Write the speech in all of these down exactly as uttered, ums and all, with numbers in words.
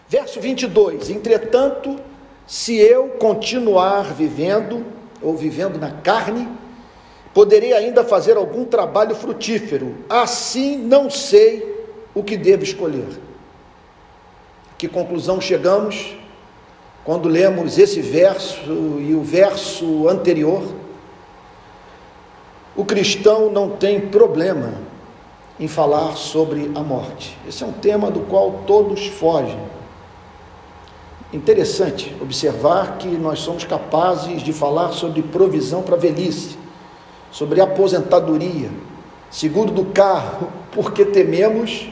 Verso vinte e dois: entretanto, se eu continuar vivendo, ou vivendo na carne, poderei ainda fazer algum trabalho frutífero, assim não sei o que devo escolher. Que conclusão chegamos quando lemos esse verso e o verso anterior? O cristão não tem problema em falar sobre a morte. Esse é um tema do qual todos fogem. Interessante observar que nós somos capazes de falar sobre provisão para a velhice, sobre aposentadoria, seguro do carro, porque tememos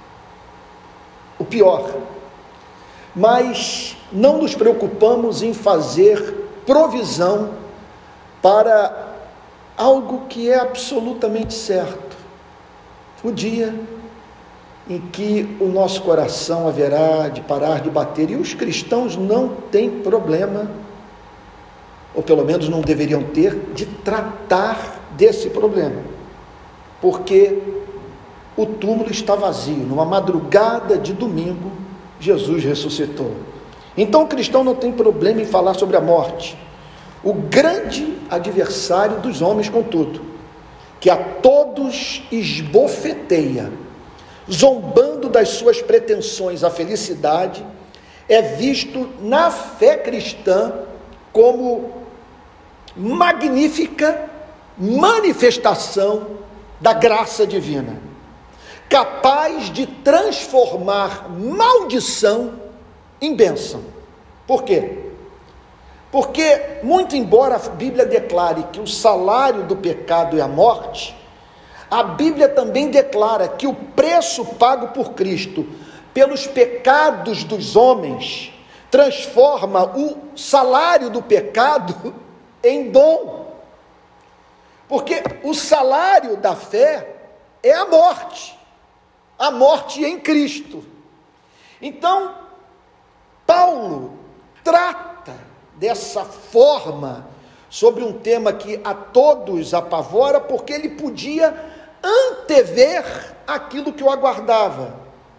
o pior. Mas não nos preocupamos em fazer provisão para algo que é absolutamente certo: o dia em que o nosso coração haverá de parar de bater. E os cristãos não têm problema, ou pelo menos não deveriam ter, de tratar desse problema, porque o túmulo está vazio. Numa madrugada de domingo, Jesus ressuscitou. Então o cristão não tem problema em falar sobre a morte, o grande adversário dos homens, contudo, que a todos esbofeteia, zombando das suas pretensões à felicidade, é visto na fé cristã como magnífica manifestação da graça divina, capaz de transformar maldição em bênção. Por quê? Porque, muito embora a Bíblia declare que o salário do pecado é a morte, a Bíblia também declara que o preço pago por Cristo pelos pecados dos homens transforma o salário do pecado em dom. Porque o salário da fé é a morte, a morte em Cristo. Então, Paulo trata dessa forma sobre um tema que a todos apavora, porque ele podia antever aquilo que o aguardava.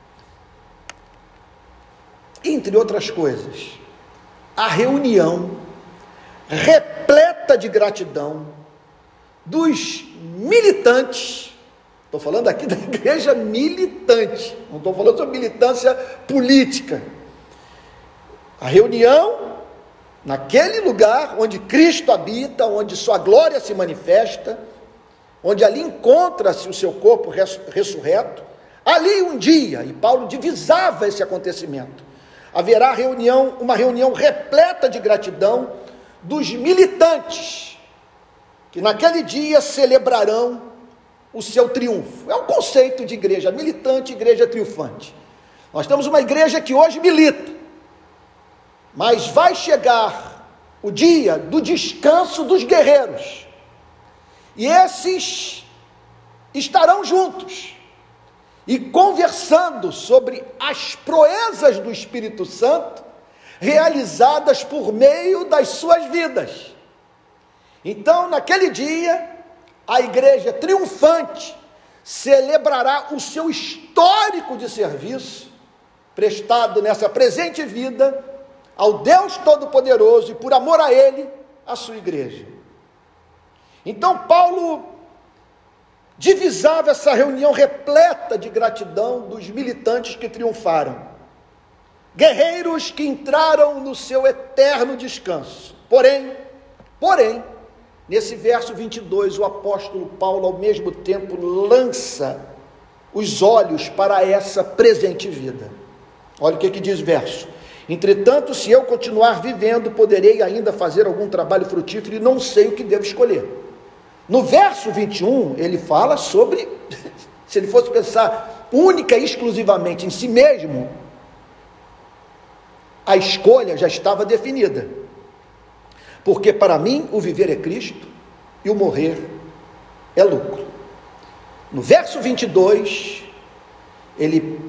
Entre outras coisas, a reunião repleta de gratidão dos militantes. Estou falando aqui da igreja militante, não estou falando sobre militância política. A reunião naquele lugar onde Cristo habita, onde sua glória se manifesta, onde ali encontra-se o seu corpo ressurreto, ali um dia, e Paulo divisava esse acontecimento, haverá reunião, uma reunião repleta de gratidão dos militantes, que naquele dia celebrarão o seu triunfo. É um conceito de igreja militante, igreja triunfante. Nós temos uma igreja que hoje milita, mas vai chegar o dia do descanso dos guerreiros, e esses estarão juntos e conversando sobre as proezas do Espírito Santo realizadas por meio das suas vidas. Então, naquele dia, a igreja triunfante celebrará o seu histórico de serviço prestado nessa presente vida ao Deus Todo-Poderoso e, por amor a Ele, a sua igreja. Então Paulo divisava essa reunião repleta de gratidão dos militantes que triunfaram, guerreiros que entraram no seu eterno descanso. Porém, porém, nesse verso vinte e dois, o apóstolo Paulo, ao mesmo tempo, lança os olhos para essa presente vida. Olha o que, que diz o verso: entretanto, se eu continuar vivendo, poderei ainda fazer algum trabalho frutífero e não sei o que devo escolher. No verso vinte e um, ele fala sobre, se ele fosse pensar única e exclusivamente em si mesmo, a escolha já estava definida. Porque para mim o viver é Cristo e o morrer é lucro. No verso vinte e dois, ele,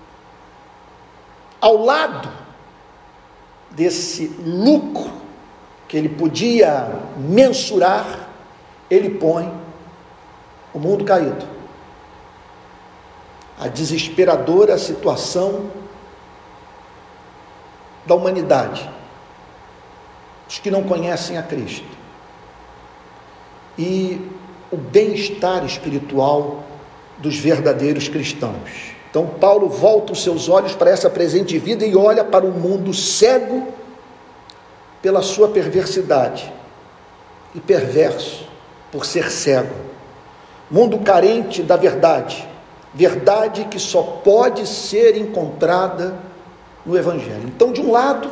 ao lado desse lucro que ele podia mensurar, ele põe o mundo caído, a desesperadora situação da humanidade, os que não conhecem a Cristo, e o bem-estar espiritual dos verdadeiros cristãos. Então Paulo volta os seus olhos para essa presente vida e olha para o mundo cego pela sua perversidade e perverso por ser cego, mundo carente da verdade, verdade que só pode ser encontrada no Evangelho. Então, de um lado,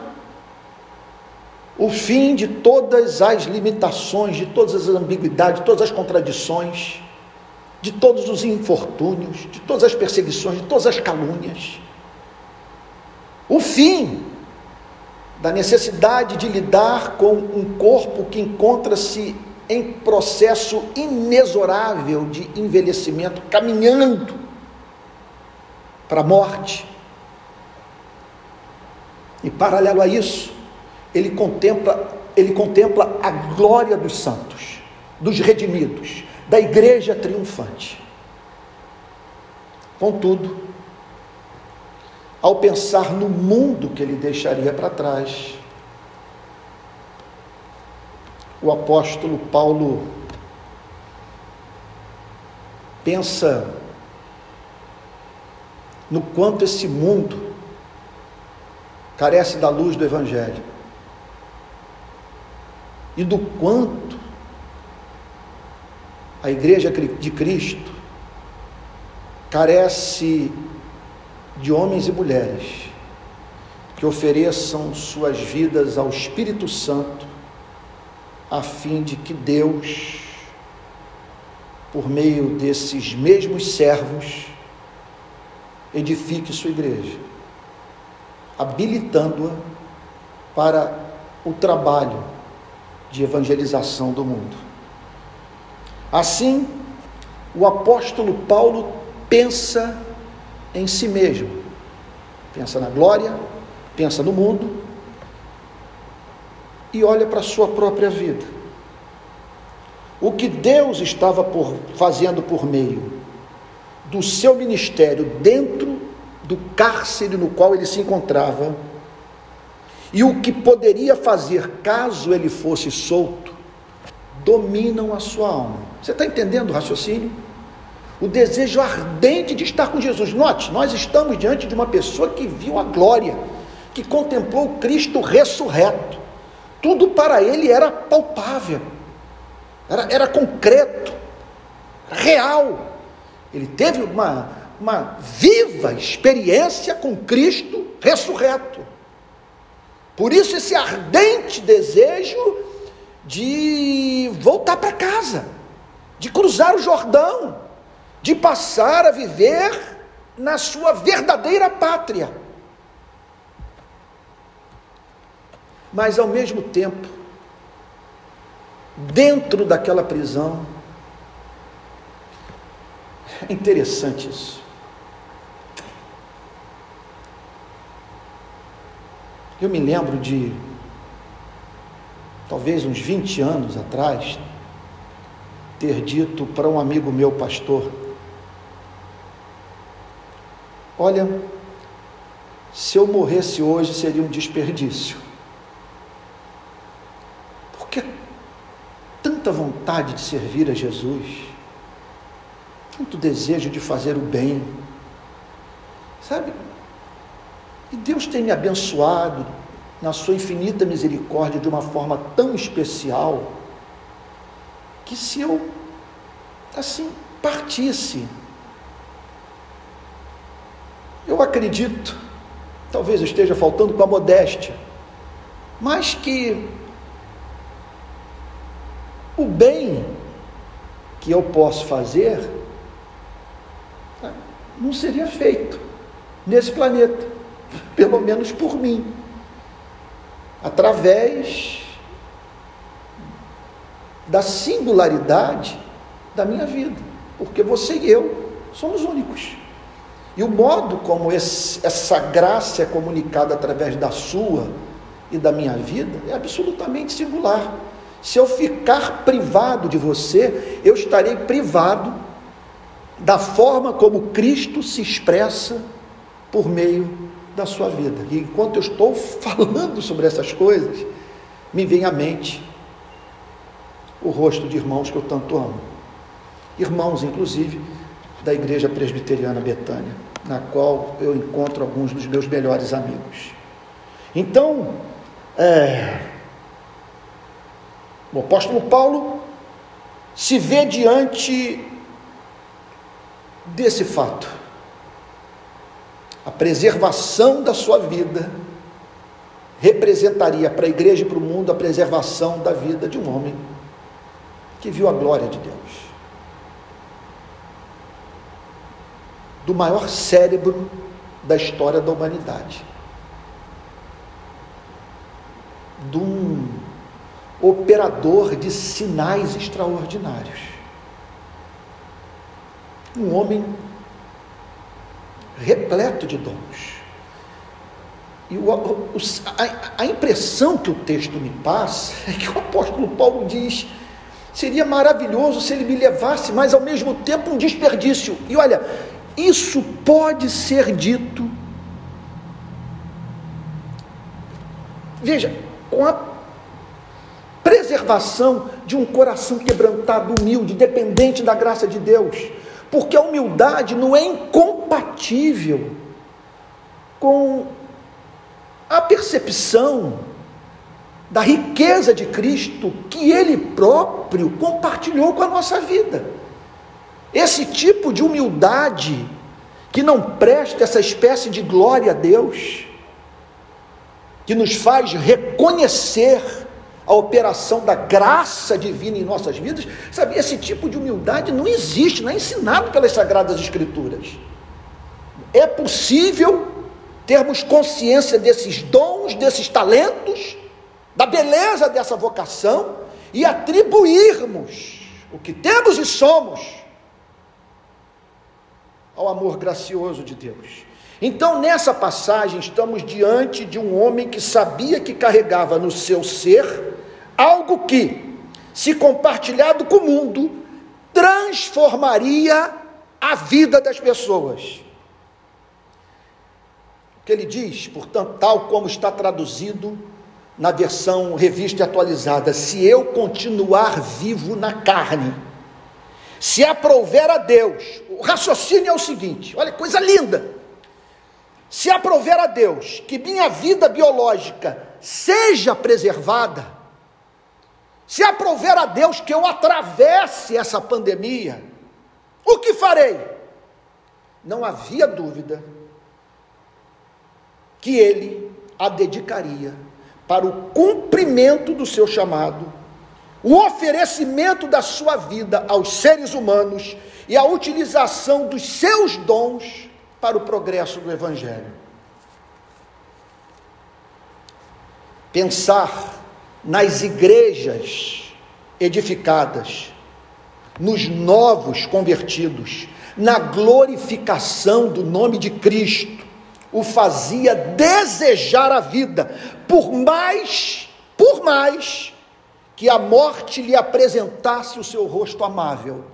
o fim de todas as limitações, de todas as ambiguidades, de todas as contradições, de todos os infortúnios, de todas as perseguições, de todas as calúnias. O fim da necessidade de lidar com um corpo que encontra-se em processo inexorável de envelhecimento, caminhando para a morte. E paralelo a isso, ele contempla, ele contempla a glória dos santos, dos redimidos, da igreja triunfante. Contudo, ao pensar no mundo que ele deixaria para trás, o apóstolo Paulo pensa no quanto esse mundo carece da luz do Evangelho e do quanto a igreja de Cristo carece de homens e mulheres que ofereçam suas vidas ao Espírito Santo, a fim de que Deus, por meio desses mesmos servos, edifique sua igreja, habilitando-a para o trabalho de evangelização do mundo. Assim, o apóstolo Paulo pensa em si mesmo, pensa na glória, pensa no mundo e olha para a sua própria vida. O que Deus estava por, fazendo por meio do seu ministério dentro do cárcere no qual ele se encontrava e o que poderia fazer caso ele fosse solto, dominam a sua alma. Você está entendendo o raciocínio? O desejo ardente de estar com Jesus. Note, nós estamos diante de uma pessoa que viu a glória, que contemplou o Cristo ressurreto. Tudo para ele era palpável, era, era concreto, real. Ele teve uma, uma viva experiência com Cristo ressurreto. Por isso esse ardente desejo de voltar para casa, de cruzar o Jordão, de passar a viver na sua verdadeira pátria. Mas ao mesmo tempo, dentro daquela prisão, é interessante isso. Eu me lembro de, talvez uns vinte anos atrás, ter dito para um amigo meu, pastor: olha, se eu morresse hoje seria um desperdício, porque tanta vontade de servir a Jesus, tanto desejo de fazer o bem, sabe? E Deus tem me abençoado na sua infinita misericórdia de uma forma tão especial, que se eu, assim, partisse, eu acredito, talvez eu esteja faltando com a modéstia, mas que o bem que eu posso fazer não seria feito nesse planeta, pelo menos por mim, através da singularidade da minha vida, porque você e eu somos únicos, e o modo como esse, essa graça é comunicada através da sua e da minha vida é absolutamente singular. Se eu ficar privado de você, eu estarei privado da forma como Cristo se expressa por meio da sua vida. E enquanto eu estou falando sobre essas coisas, me vem à mente o rosto de irmãos que eu tanto amo. Irmãos, inclusive, da Igreja Presbiteriana Betânia, na qual eu encontro alguns dos meus melhores amigos. Então, é, o apóstolo Paulo se vê diante desse fato. A preservação da sua vida representaria para a igreja e para o mundo a preservação da vida de um homem que viu a glória de Deus, do maior cérebro da história da humanidade, de um operador de sinais extraordinários, um homem repleto de dons. E o, o, a, a impressão que o texto me passa é que o apóstolo Paulo diz: seria maravilhoso se ele me levasse, mas ao mesmo tempo um desperdício. E olha, isso pode ser dito, veja, com a preservação de um coração quebrantado, humilde, dependente da graça de Deus, porque a humildade não é incompatível com a percepção da riqueza de Cristo que Ele próprio compartilhou com a nossa vida. Esse tipo de humildade que não presta essa espécie de glória a Deus, que nos faz reconhecer a operação da graça divina em nossas vidas, sabe, esse tipo de humildade não existe, não é ensinado pelas Sagradas Escrituras. É possível termos consciência desses dons, desses talentos, da beleza dessa vocação, e atribuirmos o que temos e somos ao amor gracioso de Deus. Então, nessa passagem, estamos diante de um homem que sabia que carregava no seu ser algo que, se compartilhado com o mundo, transformaria a vida das pessoas. O que ele diz, portanto, tal como está traduzido na versão revista e atualizada: se eu continuar vivo na carne, se aprouver a Deus, o raciocínio é o seguinte, olha, coisa linda: se aprouver a Deus que minha vida biológica seja preservada, se aprouver a Deus que eu atravesse essa pandemia, o que farei? Não havia dúvida que ele a dedicaria para o cumprimento do seu chamado, o oferecimento da sua vida aos seres humanos e a utilização dos seus dons para o progresso do Evangelho. Pensar nas igrejas edificadas, nos novos convertidos, na glorificação do nome de Cristo, o fazia desejar a vida, por mais, por mais que a morte lhe apresentasse o seu rosto amável.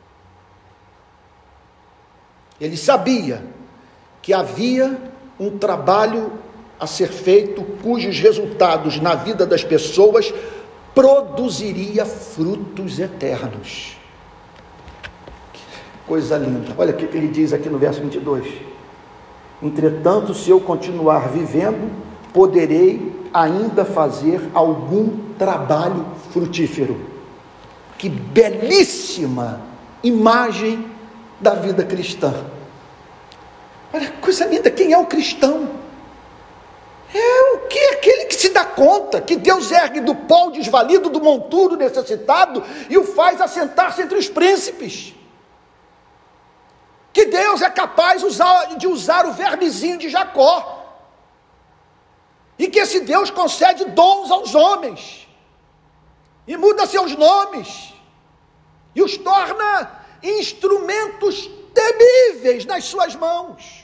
Ele sabia que havia um trabalho a ser feito, cujos resultados na vida das pessoas produziria frutos eternos. Coisa linda. Olha o que ele diz aqui no verso vinte e dois: entretanto, se eu continuar vivendo, poderei ainda fazer algum trabalho frutífero. Que belíssima imagem da vida cristã. Olha, coisa linda. Quem é o cristão? É o que? Aquele que se dá conta que Deus ergue do pó o desvalido, do monturo necessitado, e o faz assentar-se entre os príncipes. Que Deus é capaz de usar o vermezinho de Jacó, e que esse Deus concede dons aos homens, e muda seus nomes, e os torna instrumentos temíveis nas suas mãos.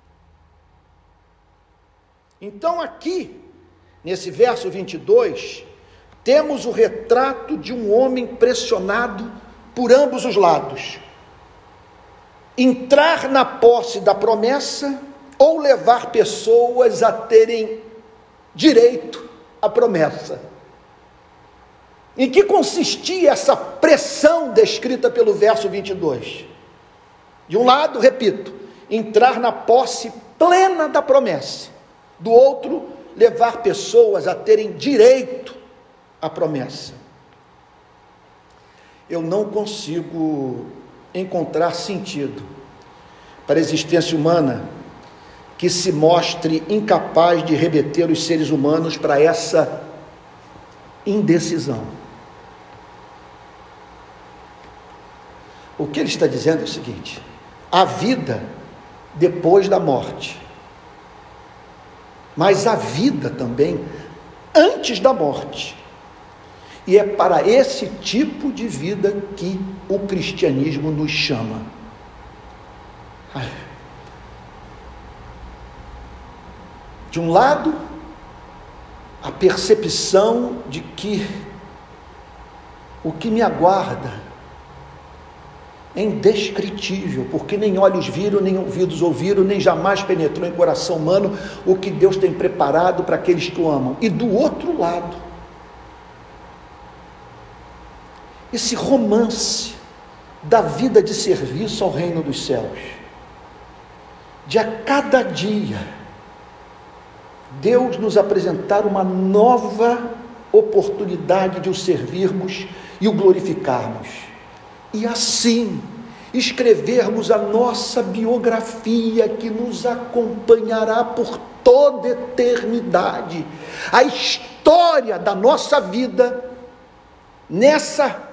Então aqui, nesse verso vinte e dois, temos o retrato de um homem pressionado por ambos os lados. Entrar na posse da promessa ou levar pessoas a terem direito à promessa. Em que consistia essa pressão descrita pelo verso vinte e dois? De um lado, repito, entrar na posse plena da promessa. Do outro, levar pessoas a terem direito à promessa. Eu não consigo encontrar sentido para a existência humana que se mostre incapaz de remeter os seres humanos para essa indecisão. O que ele está dizendo é o seguinte: a vida depois da morte, mas a vida também antes da morte, e é para esse tipo de vida que o cristianismo nos chama. Ai. De um lado, a percepção de que o que me aguarda é indescritível, porque nem olhos viram, nem ouvidos ouviram, nem jamais penetrou em coração humano o que Deus tem preparado para aqueles que o amam. E do outro lado, esse romance da vida de serviço ao reino dos céus, de a cada dia Deus nos apresentar uma nova oportunidade de o servirmos e o glorificarmos, e assim escrevermos a nossa biografia que nos acompanhará por toda eternidade, a história da nossa vida nessa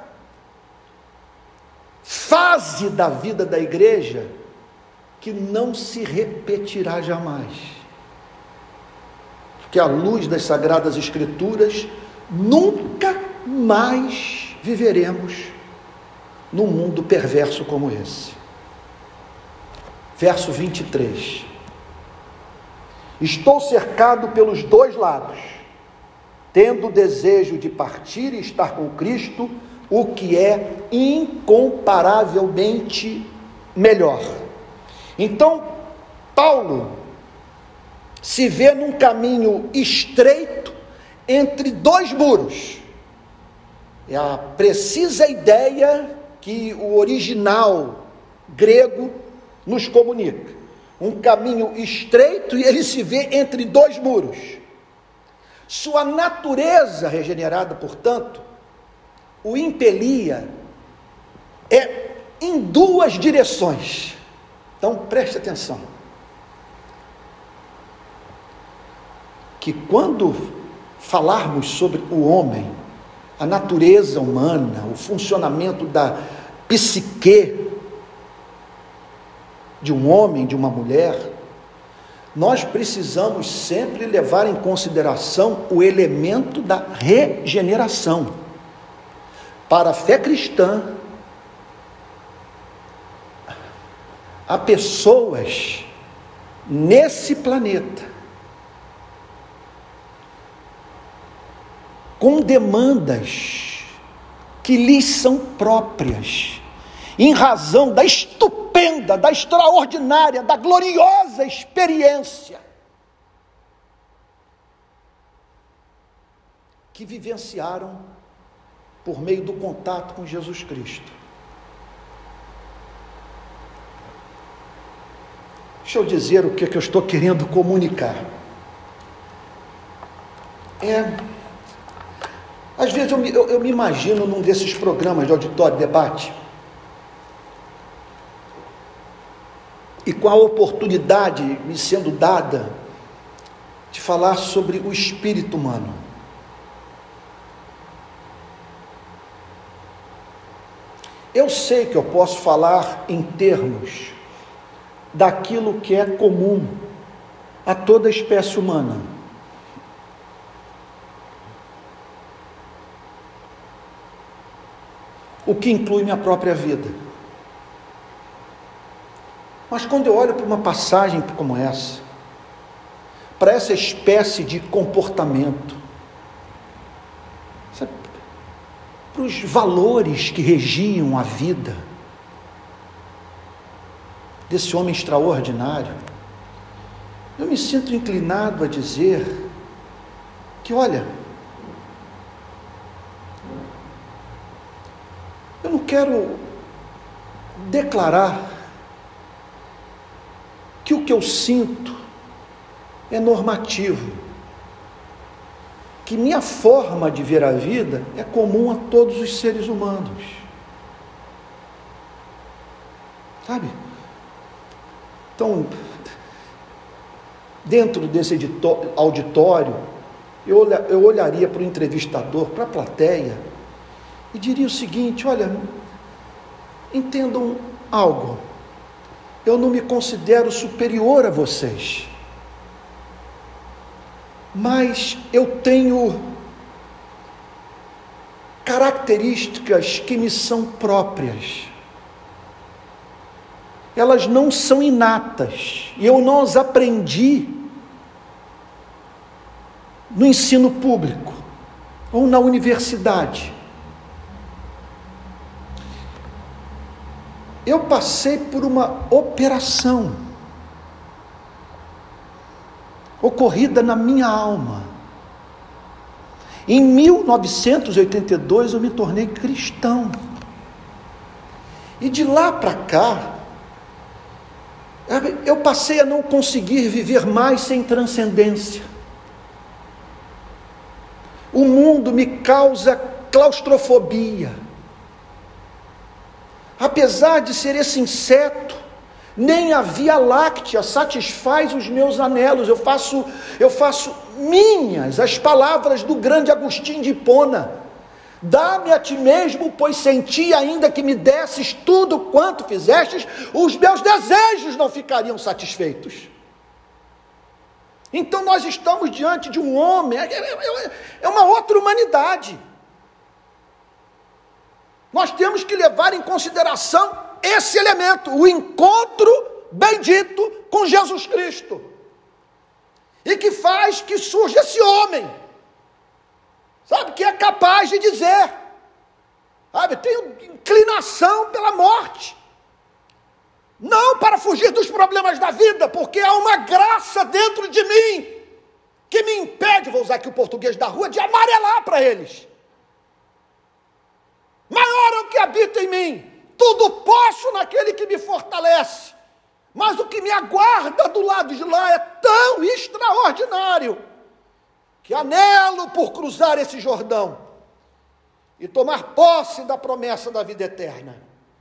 fase da vida da igreja que não se repetirá jamais, porque à luz das Sagradas Escrituras nunca mais viveremos num mundo perverso como esse. Verso vinte e três: estou cercado pelos dois lados, tendo o desejo de partir e estar com Cristo, o que é incomparavelmente melhor. Então, Paulo se vê num caminho estreito entre dois muros. É a precisa ideia que o original grego nos comunica. Um caminho estreito, e ele se vê entre dois muros. Sua natureza regenerada, portanto, o impelia é em duas direções. Então preste atenção, que quando falarmos sobre o homem, a natureza humana, o funcionamento da psique de um homem, de uma mulher, nós precisamos sempre levar em consideração o elemento da regeneração. Para a fé cristã, há pessoas nesse planeta com demandas que lhes são próprias, em razão da estupenda, da extraordinária, da gloriosa experiência que vivenciaram por meio do contato com Jesus Cristo. Deixa eu dizer o que, é que eu estou querendo comunicar. É, às vezes eu me, eu, eu me imagino num desses programas de auditório e debate, e com a oportunidade me sendo dada de falar sobre o espírito humano. Eu sei que eu posso falar em termos daquilo que é comum a toda a espécie humana. O que inclui minha própria vida. Mas quando eu olho para uma passagem como essa, para essa espécie de comportamento, sabe, para os valores que regiam a vida desse homem extraordinário, eu me sinto inclinado a dizer que, olha, eu não quero declarar que o que eu sinto é normativo, que minha forma de ver a vida é comum a todos os seres humanos, sabe? Então, dentro desse auditório, eu, olha, eu olharia para o entrevistador, para a plateia, e diria o seguinte: olha, entendam algo, eu não me considero superior a vocês, mas eu tenho características que me são próprias, elas não são inatas, e eu não as aprendi no ensino público ou na universidade. Eu passei por uma operação ocorrida na minha alma. Em mil novecentos e oitenta e dois eu me tornei cristão, e de lá para cá eu passei a não conseguir viver mais sem transcendência. O mundo me causa claustrofobia. Apesar de ser esse inseto, nem a Via Láctea satisfaz os meus anelos. Eu faço, eu faço minhas as palavras do grande Agostinho de Hipona: dá-me a ti mesmo, pois senti ainda que me desses tudo quanto fizestes, os meus desejos não ficariam satisfeitos. Então nós estamos diante de um homem, é, é, é uma outra humanidade. Nós temos que levar em consideração esse elemento, o encontro bendito com Jesus Cristo, e que faz que surja esse homem, sabe, que é capaz de dizer, sabe, tenho inclinação pela morte, não para fugir dos problemas da vida, porque há uma graça dentro de mim, que me impede, vou usar aqui o português da rua, de amarelar para eles. Maior é o que habita em mim, tudo posso naquele que me fortalece, mas o que me aguarda do lado de lá é tão extraordinário, que anelo por cruzar esse Jordão e tomar posse da promessa da vida eterna.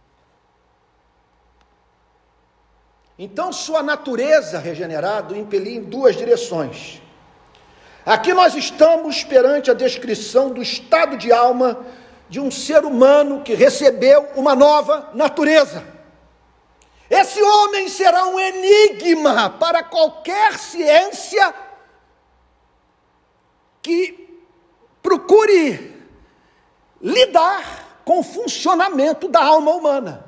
Então sua natureza regenerada o impelia em duas direções. Aqui nós estamos perante a descrição do estado de alma de um ser humano que recebeu uma nova natureza. Esse homem será um enigma para qualquer ciência que procure lidar com o funcionamento da alma humana.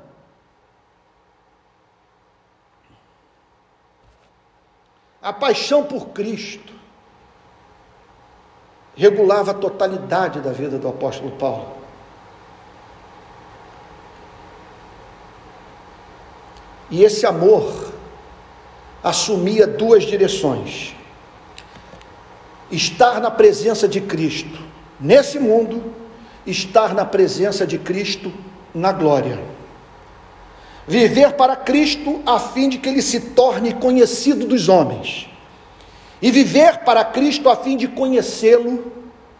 A paixão por Cristo regulava a totalidade da vida do apóstolo Paulo. E esse amor assumia duas direções: estar na presença de Cristo nesse mundo, estar na presença de Cristo na glória. Viver para Cristo a fim de que Ele se torne conhecido dos homens, e viver para Cristo a fim de conhecê-lo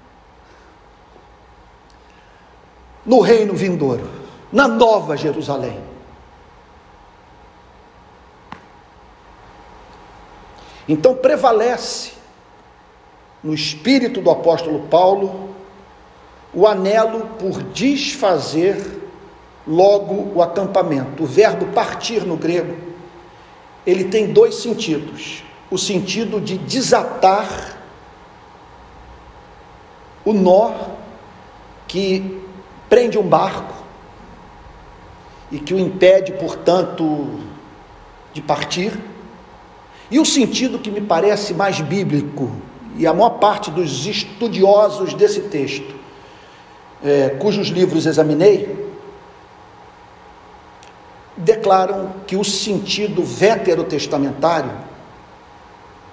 no reino vindouro, na nova Jerusalém. Então prevalece no espírito do apóstolo Paulo o anelo por desfazer logo o acampamento. O verbo partir no grego, ele tem dois sentidos: o sentido de desatar o nó que prende um barco e que o impede, portanto, de partir, e o sentido que me parece mais bíblico, e a maior parte dos estudiosos desse texto, é, cujos livros examinei, declaram que o sentido veterotestamentário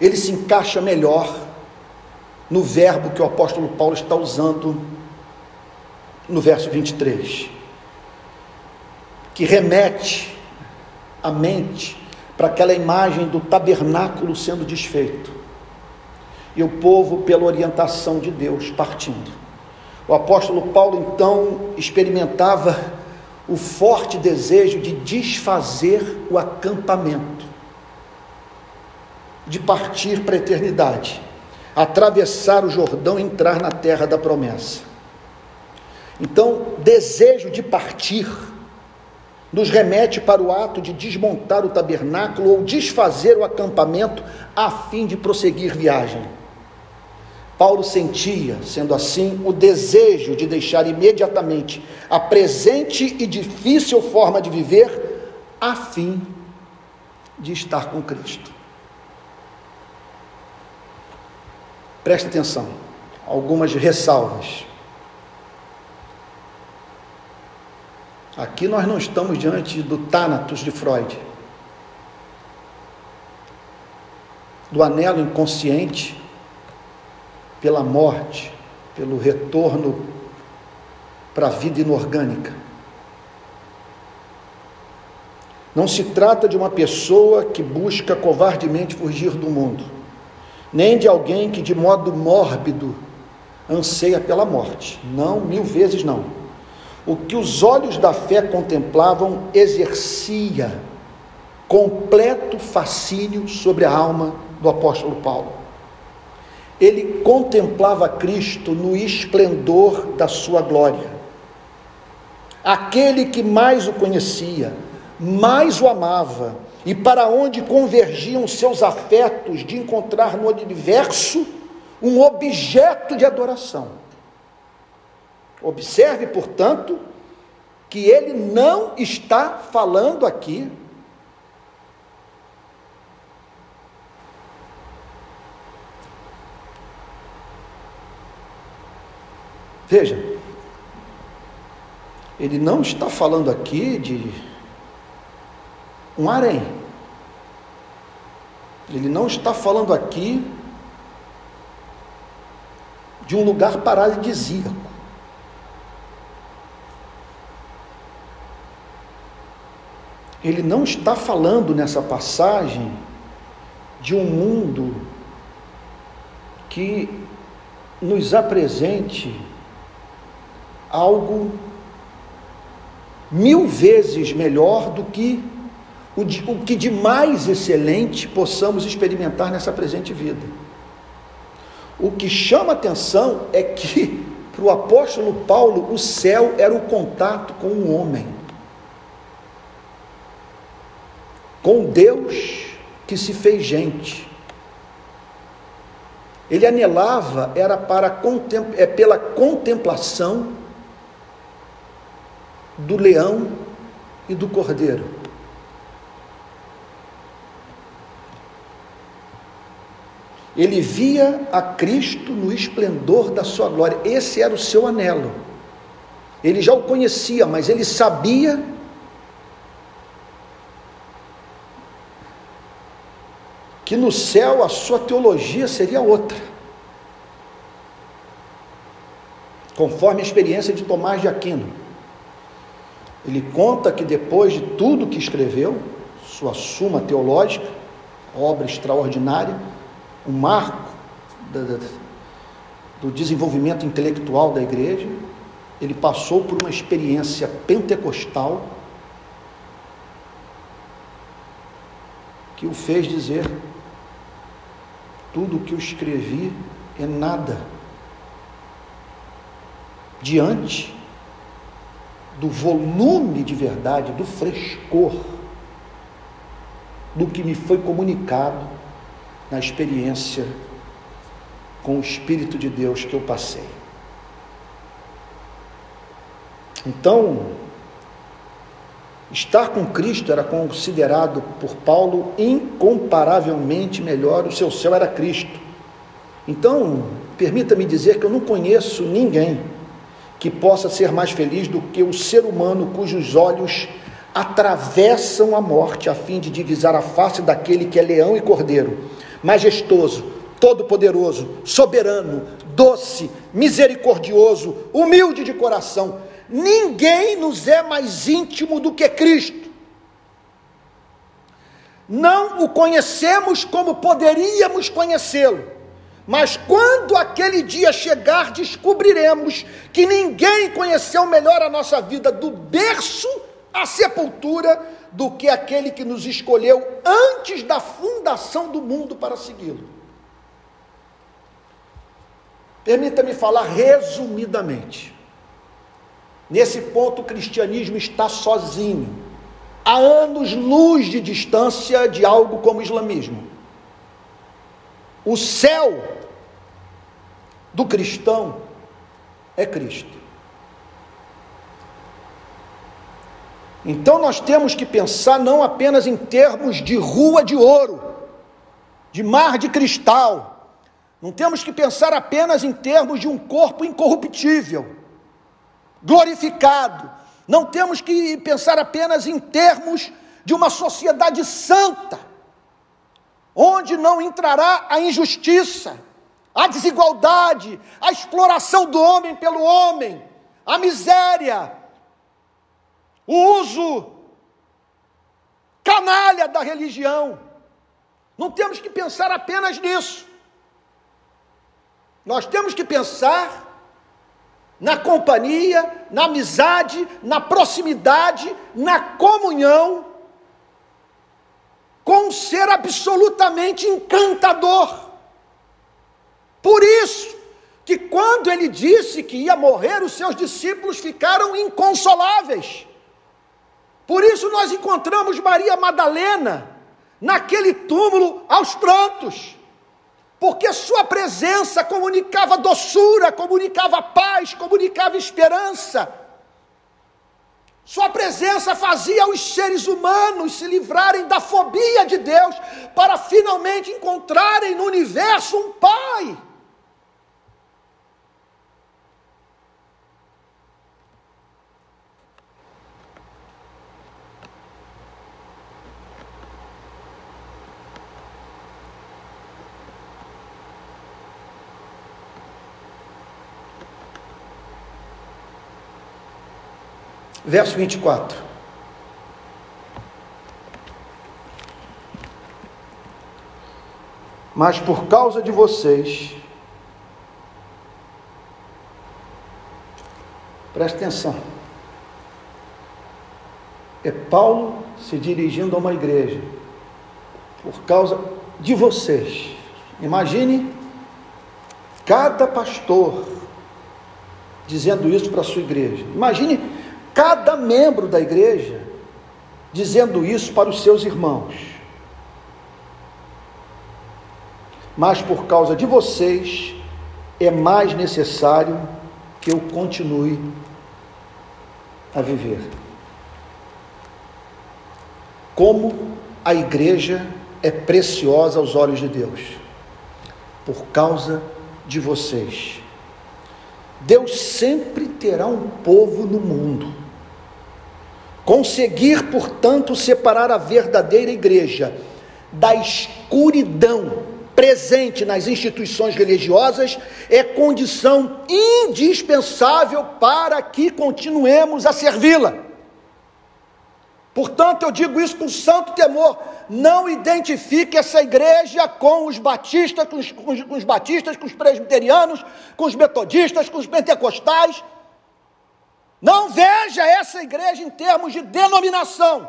ele se encaixa melhor no verbo que o apóstolo Paulo está usando no verso vinte e três, que remete a mente para aquela imagem do tabernáculo sendo desfeito, e o povo, pela orientação de Deus, partindo. O apóstolo Paulo, então, experimentava o forte desejo de desfazer o acampamento, de partir para a eternidade, atravessar o Jordão e entrar na terra da promessa. Então, desejo de partir nos remete para o ato de desmontar o tabernáculo ou desfazer o acampamento a fim de prosseguir viagem. Paulo sentia, sendo assim, o desejo de deixar imediatamente a presente e difícil forma de viver a fim de estar com Cristo. Preste atenção, algumas ressalvas. Aqui nós não estamos diante do Thanatos de Freud, do anelo inconsciente pela morte, pelo retorno para a vida inorgânica. Não se trata de uma pessoa que busca covardemente fugir do mundo, nem de alguém que de modo mórbido anseia pela morte. Não, mil vezes não. O que os olhos da fé contemplavam exercia completo fascínio sobre a alma do apóstolo Paulo. Ele contemplava Cristo no esplendor da sua glória. Aquele que mais o conhecia, mais o amava, e para onde convergiam seus afetos de encontrar no universo um objeto de adoração. Observe, portanto, que ele não está falando aqui veja, ele não está falando aqui de um harém, ele não está falando aqui de um lugar paradisíaco. Ele não está falando nessa passagem de um mundo que nos apresente algo mil vezes melhor do que o, de, o que de mais excelente possamos experimentar nessa presente vida. O que chama atenção é que, para o apóstolo Paulo, o céu era o contato com o homem, com Deus que se fez gente. Ele anelava, era para é pela contemplação do leão e do cordeiro. Ele via a Cristo no esplendor da sua glória. Esse era o seu anelo. Ele já o conhecia, mas ele sabia que no céu a sua teologia seria outra, conforme a experiência de Tomás de Aquino. Ele conta que depois de tudo que escreveu, sua Suma Teológica, obra extraordinária, um marco do desenvolvimento intelectual da igreja, ele passou por uma experiência pentecostal que o fez dizer: tudo o que eu escrevi é nada diante do volume de verdade, do frescor do que me foi comunicado na experiência com o Espírito de Deus que eu passei. Então, estar com Cristo era considerado por Paulo incomparavelmente melhor. O seu céu era Cristo. Então, permita-me dizer que eu não conheço ninguém que possa ser mais feliz do que o ser humano cujos olhos atravessam a morte a fim de divisar a face daquele que é leão e cordeiro, majestoso, todo-poderoso, soberano, doce, misericordioso, humilde de coração. Ninguém nos é mais íntimo do que Cristo. Não o conhecemos como poderíamos conhecê-lo, mas quando aquele dia chegar, descobriremos que ninguém conheceu melhor a nossa vida do berço à sepultura do que aquele que nos escolheu antes da fundação do mundo para segui-lo. Permita-me falar resumidamente. Nesse ponto, o cristianismo está sozinho, há anos-luz de distância de algo como o islamismo. O céu do cristão é Cristo. Então nós temos que pensar não apenas em termos de rua de ouro, de mar de cristal, não temos que pensar apenas em termos de um corpo incorruptível, glorificado, não temos que pensar apenas em termos de uma sociedade santa, onde não entrará a injustiça, a desigualdade, a exploração do homem pelo homem, a miséria, o uso canalha da religião. Não temos que pensar apenas nisso. Nós temos que pensar na companhia, na amizade, na proximidade, na comunhão com um ser absolutamente encantador. Por isso que quando ele disse que ia morrer, os seus discípulos ficaram inconsoláveis. Por isso nós encontramos Maria Madalena naquele túmulo aos prantos, porque sua presença comunicava doçura, comunicava paz, comunicava esperança. Sua presença fazia os seres humanos se livrarem da fobia de Deus, para finalmente encontrarem no universo um Pai. Verso vinte e quatro. Mas por causa de vocês, presta atenção, é Paulo se dirigindo a uma igreja, por causa de vocês. Imagine cada pastor dizendo isso para a sua igreja. Imagine cada membro da igreja dizendo isso para os seus irmãos. Mas por causa de vocês, é mais necessário que eu continue a viver. Como a igreja é preciosa aos olhos de Deus. Por causa de vocês. Deus sempre terá um povo no mundo. Conseguir, portanto, separar a verdadeira igreja da escuridão presente nas instituições religiosas é condição indispensável para que continuemos a servi-la. Portanto, eu digo isso com santo temor: não identifique essa igreja com os batistas, com os, com os, com os batistas, com os presbiterianos, com os metodistas, com os pentecostais. Não veja essa igreja em termos de denominação.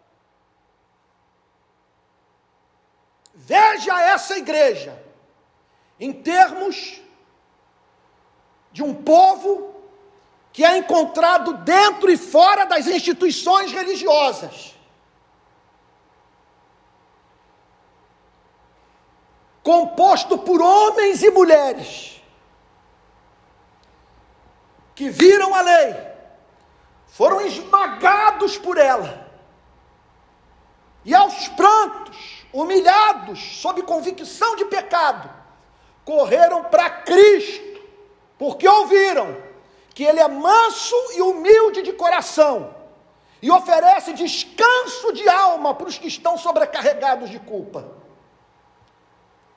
Veja essa igreja em termos de um povo que é encontrado dentro e fora das instituições religiosas, composto por homens e mulheres que viram a lei, foram esmagados por ela, e aos prantos, humilhados, sob convicção de pecado, correram para Cristo, porque ouviram que Ele é manso e humilde de coração, e oferece descanso de alma para os que estão sobrecarregados de culpa.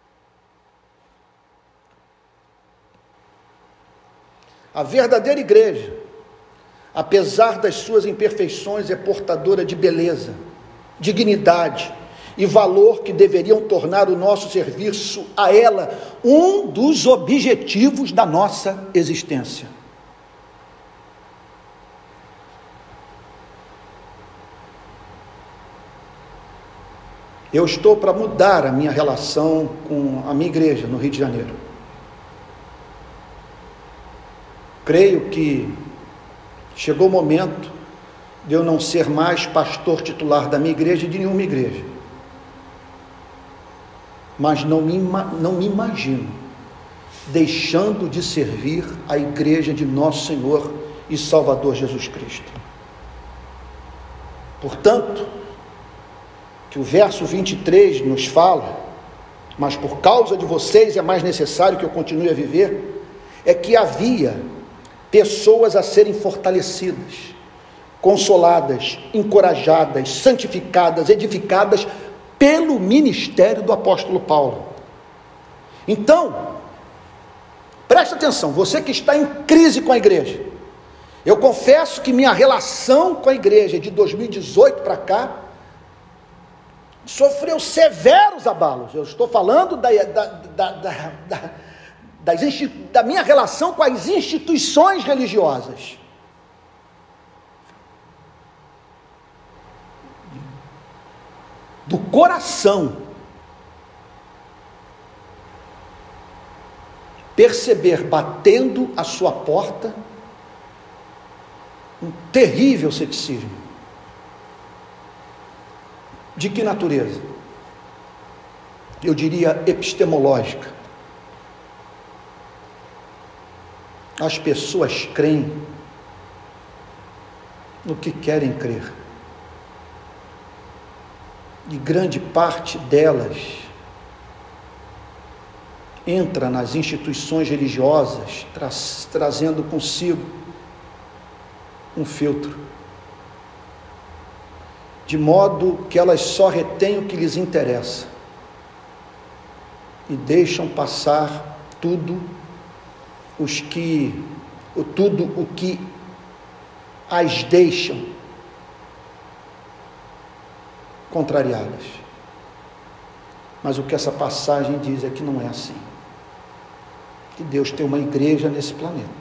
A verdadeira igreja, apesar das suas imperfeições, é portadora de beleza, dignidade e valor que deveriam tornar o nosso serviço a ela um dos objetivos da nossa existência. Eu estou para mudar a minha relação com a minha igreja no Rio de Janeiro. Creio que chegou o momento de eu não ser mais pastor titular da minha igreja e de nenhuma igreja. Mas não me, não me imagino deixando de servir a igreja de nosso Senhor e Salvador Jesus Cristo. Portanto, que o verso vinte e três nos fala, mas por causa de vocês é mais necessário que eu continue a viver, é que havia pessoas a serem fortalecidas, consoladas, encorajadas, santificadas, edificadas pelo ministério do apóstolo Paulo. Então, preste atenção, você que está em crise com a igreja, eu confesso que minha relação com a igreja de dois mil e dezoito para cá, sofreu severos abalos. Eu estou falando da, da, da, da, da, das, da minha relação com as instituições religiosas. Do coração. Perceber batendo a sua porta um terrível ceticismo. De que natureza? Eu diria epistemológica. As pessoas creem no que querem crer. E grande parte delas entra nas instituições religiosas, tra- trazendo consigo um filtro, de modo que elas só retêm o que lhes interessa e deixam passar tudo os que, tudo o que as deixam contrariadas. Mas o que essa passagem diz é que não é assim, que Deus tem uma igreja nesse planeta,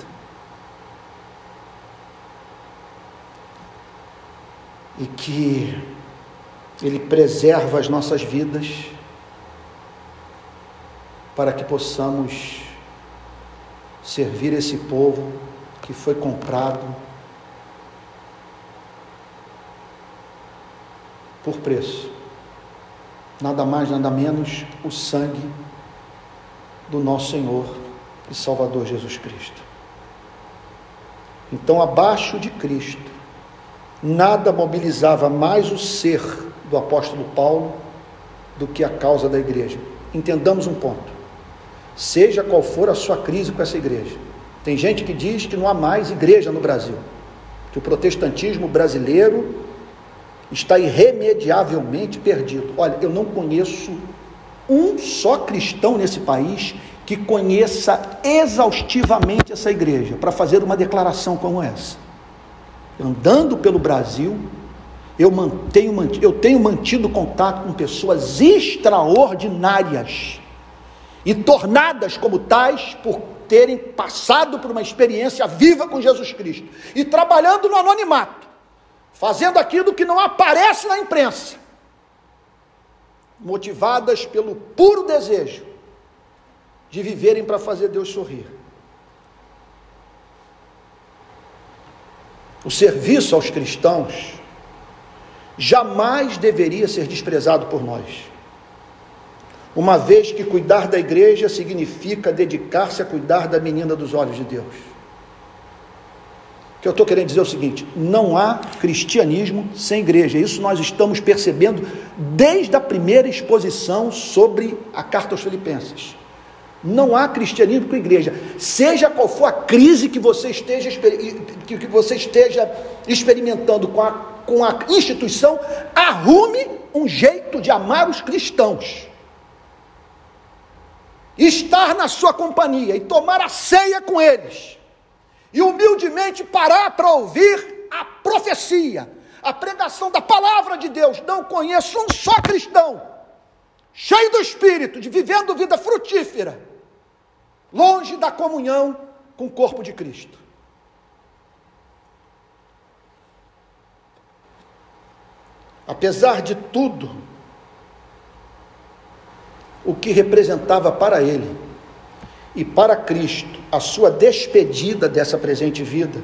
e que Ele preserva as nossas vidas para que possamos servir esse povo que foi comprado por preço, nada mais, nada menos, o sangue do nosso Senhor e Salvador Jesus Cristo. Então, abaixo de Cristo, nada mobilizava mais o ser do apóstolo Paulo do que a causa da igreja. Entendamos um ponto, seja qual for a sua crise com essa igreja. Tem gente que diz que não há mais igreja no Brasil, que o protestantismo brasileiro está irremediavelmente perdido. Olha, eu não conheço um só cristão nesse país que conheça exaustivamente essa igreja para fazer uma declaração como essa. Andando pelo Brasil, eu, mantenho, eu tenho mantido contato com pessoas extraordinárias e tornadas como tais por terem passado por uma experiência viva com Jesus Cristo e trabalhando no anonimato, fazendo aquilo que não aparece na imprensa, motivadas pelo puro desejo de viverem para fazer Deus sorrir. O serviço aos cristãos jamais deveria ser desprezado por nós, uma vez que cuidar da igreja significa dedicar-se a cuidar da menina dos olhos de Deus. O que eu estou querendo dizer é o seguinte: não há cristianismo sem igreja. Isso nós estamos percebendo desde a primeira exposição sobre a carta aos Filipenses. Não há cristianismo com igreja. Seja qual for a crise que você esteja, que você esteja experimentando com a, com a instituição, arrume um jeito de amar os cristãos, estar na sua companhia e tomar a ceia com eles, e humildemente parar para ouvir a profecia, a pregação da palavra de Deus. Não conheço um só cristão cheio do Espírito, de vivendo vida frutífera, longe da comunhão com o corpo de Cristo. Apesar de tudo o que representava para ele e para Cristo a sua despedida dessa presente vida,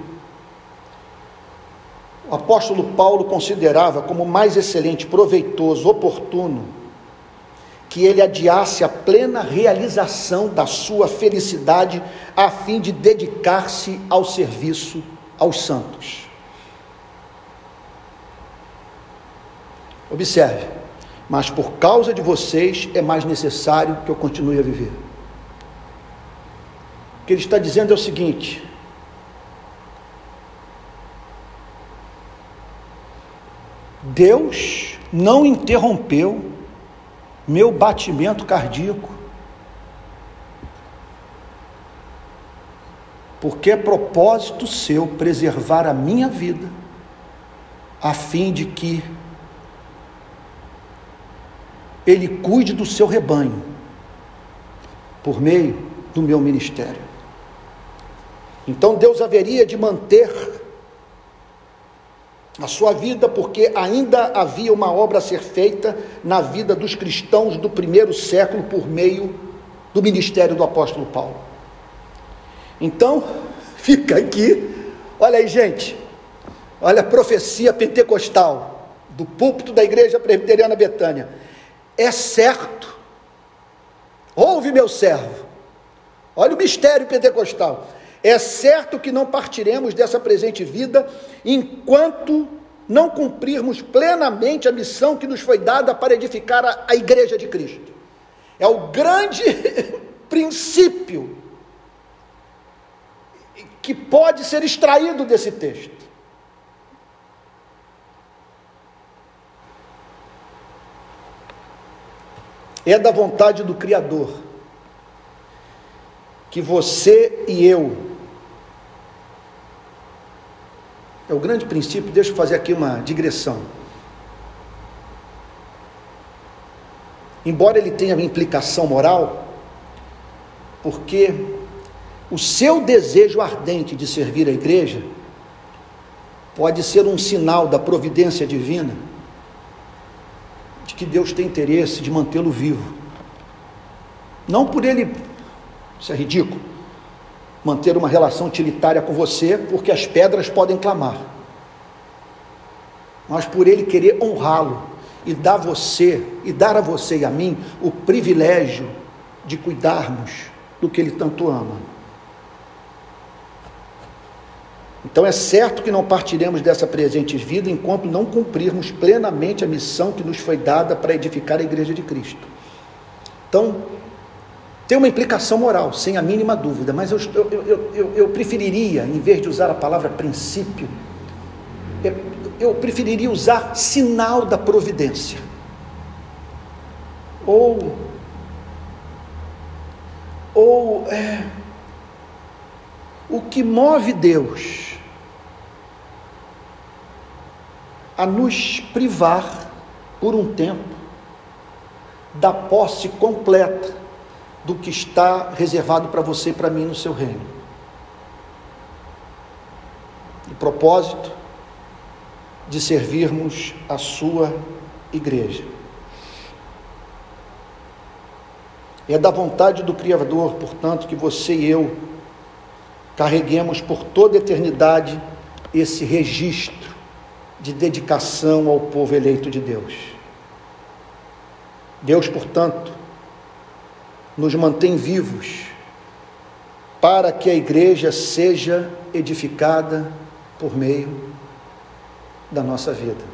o apóstolo Paulo considerava como mais excelente, proveitoso, oportuno, que ele adiasse a plena realização da sua felicidade a fim de dedicar-se ao serviço aos santos. Observe, mas por causa de vocês é mais necessário que eu continue a viver. O que ele está dizendo é o seguinte: Deus não interrompeu meu batimento cardíaco, porque é propósito seu preservar a minha vida, a fim de que Ele cuide do seu rebanho, por meio do meu ministério. Então Deus haveria de manter a sua vida, porque ainda havia uma obra a ser feita na vida dos cristãos do primeiro século, por meio do ministério do apóstolo Paulo. Então, fica aqui, olha aí, gente, olha a profecia pentecostal, do púlpito da Igreja Presbiteriana Betânia. É certo, ouve, meu servo, olha o mistério pentecostal, é certo que não partiremos dessa presente vida enquanto não cumprirmos plenamente a missão que nos foi dada para edificar a, a Igreja de Cristo. É o grande princípio que pode ser extraído desse texto. É da vontade do Criador que você e eu, é o grande princípio. Deixa eu fazer aqui uma digressão. Embora ele tenha uma implicação moral, porque o seu desejo ardente de servir a igreja pode ser um sinal da providência divina, de que Deus tem interesse de mantê-lo vivo. Não por ele, isso é ridículo, manter uma relação utilitária com você, porque as pedras podem clamar, mas por ele querer honrá-lo e dar você, e dar a você e a mim o privilégio de cuidarmos do que ele tanto ama. Então é certo que não partiremos dessa presente vida enquanto não cumprirmos plenamente a missão que nos foi dada para edificar a Igreja de Cristo. Então, tem uma implicação moral, sem a mínima dúvida, mas eu, eu, eu, eu, eu preferiria, em vez de usar a palavra princípio, eu, eu preferiria usar sinal da providência. Ou, ou é, o que move Deus a nos privar, por um tempo, da posse completa do que está reservado para você e para mim no seu reino. O propósito de servirmos a sua igreja. É da vontade do Criador, portanto, que você e eu carreguemos por toda a eternidade esse registro de dedicação ao povo eleito de Deus. Deus, portanto, nos mantém vivos para que a igreja seja edificada por meio da nossa vida.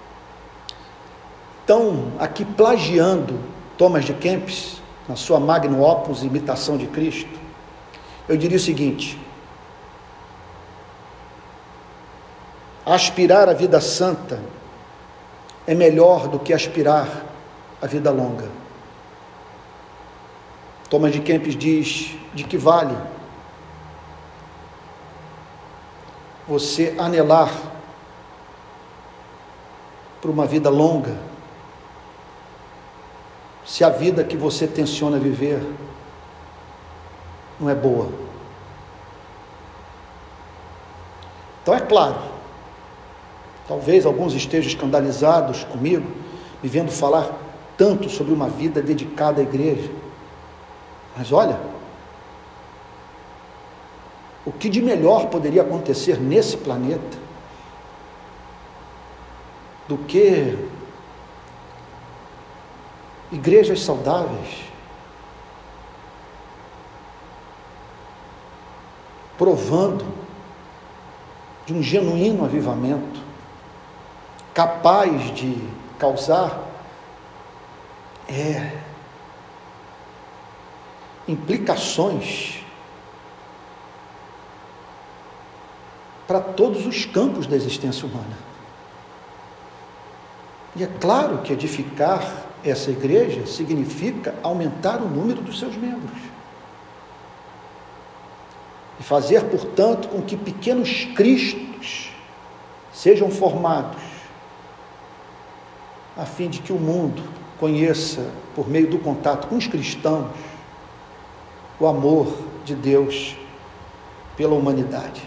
Então, aqui plagiando Thomas de Kempis, na sua Magnum Opus, Imitação de Cristo, eu diria o seguinte: aspirar a vida santa é melhor do que aspirar a vida longa. Thomas de Kempis diz: de que vale você anelar por uma vida longa, se a vida que você tenciona viver não é boa. Então é claro, talvez alguns estejam escandalizados comigo, me vendo falar tanto sobre uma vida dedicada à igreja, mas olha, o que de melhor poderia acontecer nesse planeta do que igrejas saudáveis, provando de um genuíno avivamento, capaz de causar é, implicações para todos os campos da existência humana. E é claro que edificar essa igreja significa aumentar o número dos seus membros e fazer, portanto, com que pequenos cristos sejam formados, a fim de que o mundo conheça, por meio do contato com os cristãos, o amor de Deus pela humanidade.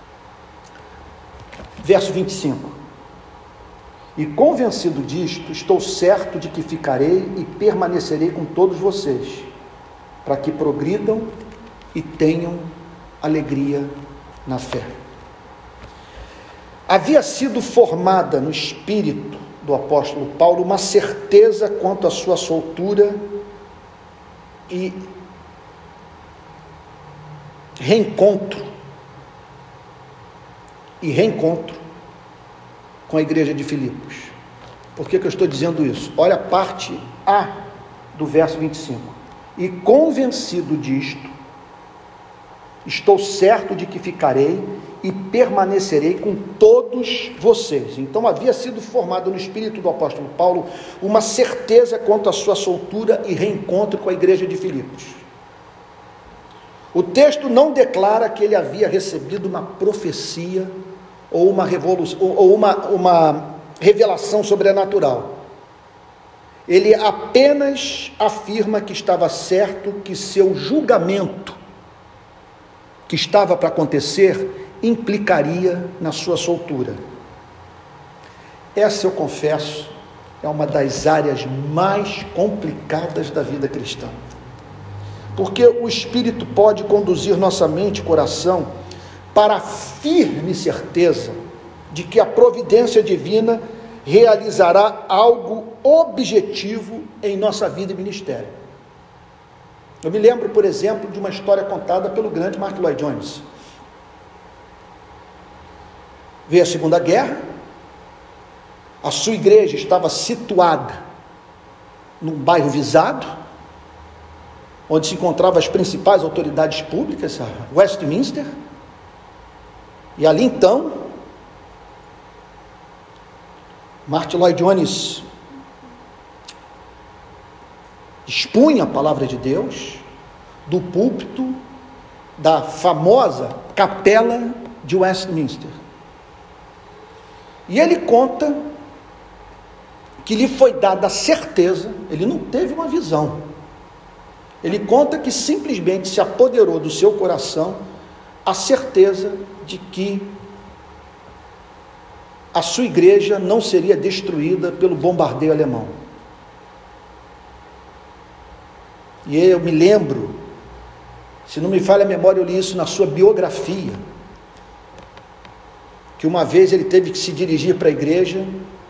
Verso vinte e cinco. E convencido disto, estou certo de que ficarei e permanecerei com todos vocês, para que progridam e tenham alegria na fé. Havia sido formada no espírito do apóstolo Paulo uma certeza quanto à sua soltura e reencontro e reencontro com a igreja de Filipos. Por que que eu estou dizendo isso? Olha a parte A do verso vinte e cinco. E convencido disto, estou certo de que ficarei e permanecerei com todos vocês. Então havia sido formado no espírito do apóstolo Paulo uma certeza quanto à sua soltura e reencontro com a igreja de Filipos. O texto não declara que ele havia recebido uma profecia ou uma revolução, ou uma, uma revelação sobrenatural. Ele apenas afirma que estava certo que seu julgamento, que estava para acontecer, implicaria na sua soltura. Essa, eu confesso, é uma das áreas mais complicadas da vida cristã. Porque o Espírito pode conduzir nossa mente e coração para a firme certeza de que a providência divina realizará algo objetivo em nossa vida e ministério. Eu me lembro, por exemplo, de uma história contada pelo grande Mark Lloyd Jones. Veio a Segunda Guerra, a sua igreja estava situada num bairro visado, onde se encontravam as principais autoridades públicas, a Westminster, e ali então, Martin Lloyd Jones expunha a palavra de Deus do púlpito da famosa capela de Westminster. E ele conta que lhe foi dada a certeza, ele não teve uma visão, ele conta que simplesmente se apoderou do seu coração a certeza de que a sua igreja não seria destruída pelo bombardeio alemão. E eu me lembro, se não me falha a memória, eu li isso na sua biografia, que uma vez ele teve que se dirigir para a igreja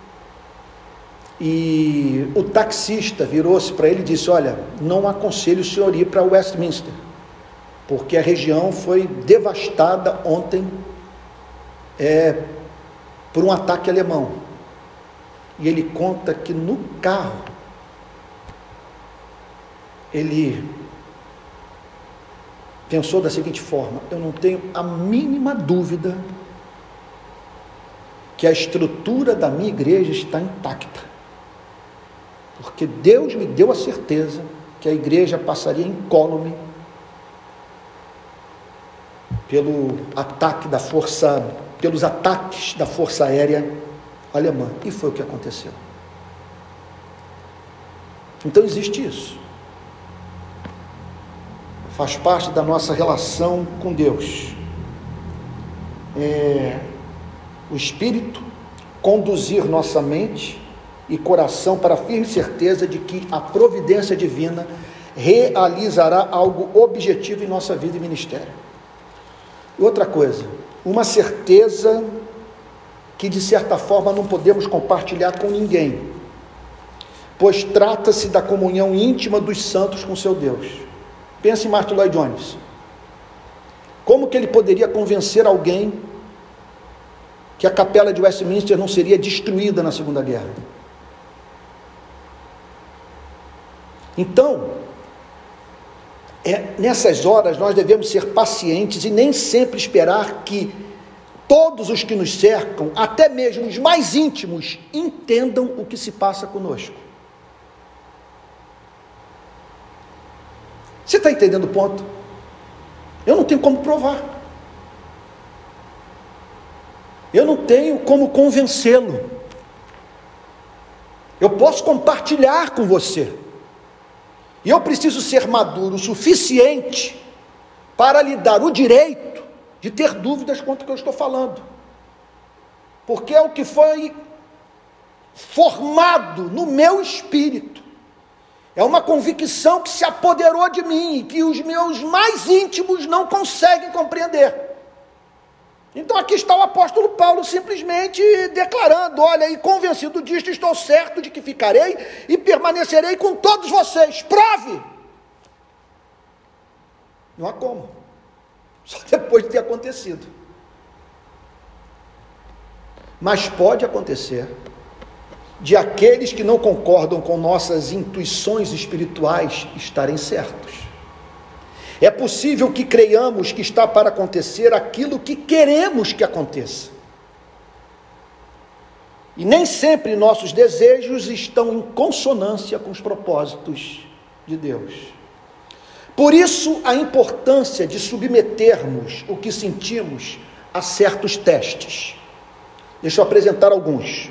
e o taxista virou-se para ele e disse: olha, não aconselho o senhor ir para Westminster, porque a região foi devastada ontem é, por um ataque alemão. E ele conta que no carro, ele pensou da seguinte forma: eu não tenho a mínima dúvida que a estrutura da minha igreja está intacta, porque Deus me deu a certeza que a igreja passaria incólume pelo ataque da força pelos ataques da Força Aérea Alemã. E foi o que aconteceu. Então existe isso. Faz parte da nossa relação com Deus. É, o Espírito conduzir nossa mente e coração para a firme certeza de que a providência divina realizará algo objetivo em nossa vida e ministério. E outra coisa, uma certeza que de certa forma não podemos compartilhar com ninguém, pois trata-se da comunhão íntima dos santos com seu Deus. Pense em Martin Lloyd Jones. Como que ele poderia convencer alguém que a capela de Westminster não seria destruída na Segunda Guerra? Então, é, nessas horas nós devemos ser pacientes e nem sempre esperar que todos os que nos cercam, até mesmo os mais íntimos, entendam o que se passa conosco. Você está entendendo o ponto? Eu não tenho como provar. Eu não tenho como convencê-lo. Eu posso compartilhar com você. E eu preciso ser maduro o suficiente para lhe dar o direito de ter dúvidas quanto ao que eu estou falando. Porque é o que foi formado no meu espírito. É uma convicção que se apoderou de mim e que os meus mais íntimos não conseguem compreender. Então aqui está o apóstolo Paulo simplesmente declarando: olha, e convencido disto, estou certo de que ficarei e permanecerei com todos vocês. Prove! Não há como. Só depois de ter acontecido. Mas pode acontecer de aqueles que não concordam com nossas intuições espirituais estarem certos. É possível que creiamos que está para acontecer aquilo que queremos que aconteça. E nem sempre nossos desejos estão em consonância com os propósitos de Deus. Por isso, a importância de submetermos o que sentimos a certos testes. Deixa eu apresentar alguns.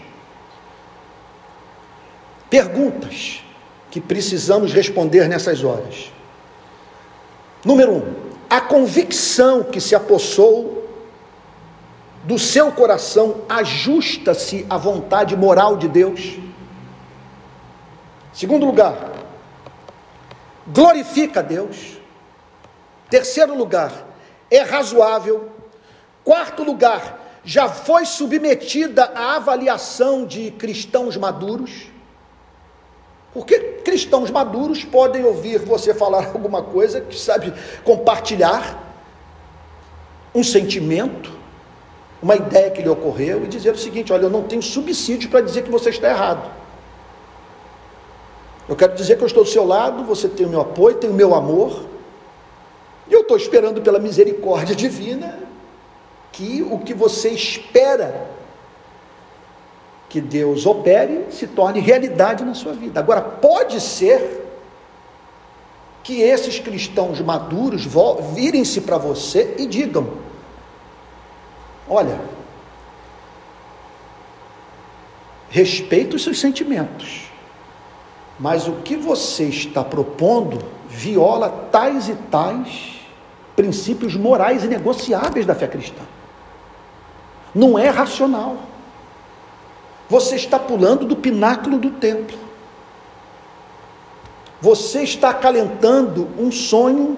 Perguntas que precisamos responder nessas horas. Número um, a convicção que se apossou do seu coração ajusta-se à vontade moral de Deus? Segundo lugar, glorifica a Deus? Terceiro lugar, é razoável? Quarto lugar, já foi submetida à avaliação de cristãos maduros? Porque cristãos maduros podem ouvir você falar alguma coisa que sabe compartilhar um sentimento, uma ideia que lhe ocorreu e dizer o seguinte: olha, eu não tenho subsídio para dizer que você está errado. Eu quero dizer que eu estou do seu lado, você tem o meu apoio, tem o meu amor, e eu estou esperando pela misericórdia divina que o que você espera que Deus opere, se torne realidade na sua vida. Agora, pode ser que esses cristãos maduros virem-se para você e digam: olha, respeito os seus sentimentos, mas o que você está propondo viola tais e tais princípios morais inegociáveis da fé cristã. Não é racional. Você está pulando do pináculo do templo. Você está acalentando um sonho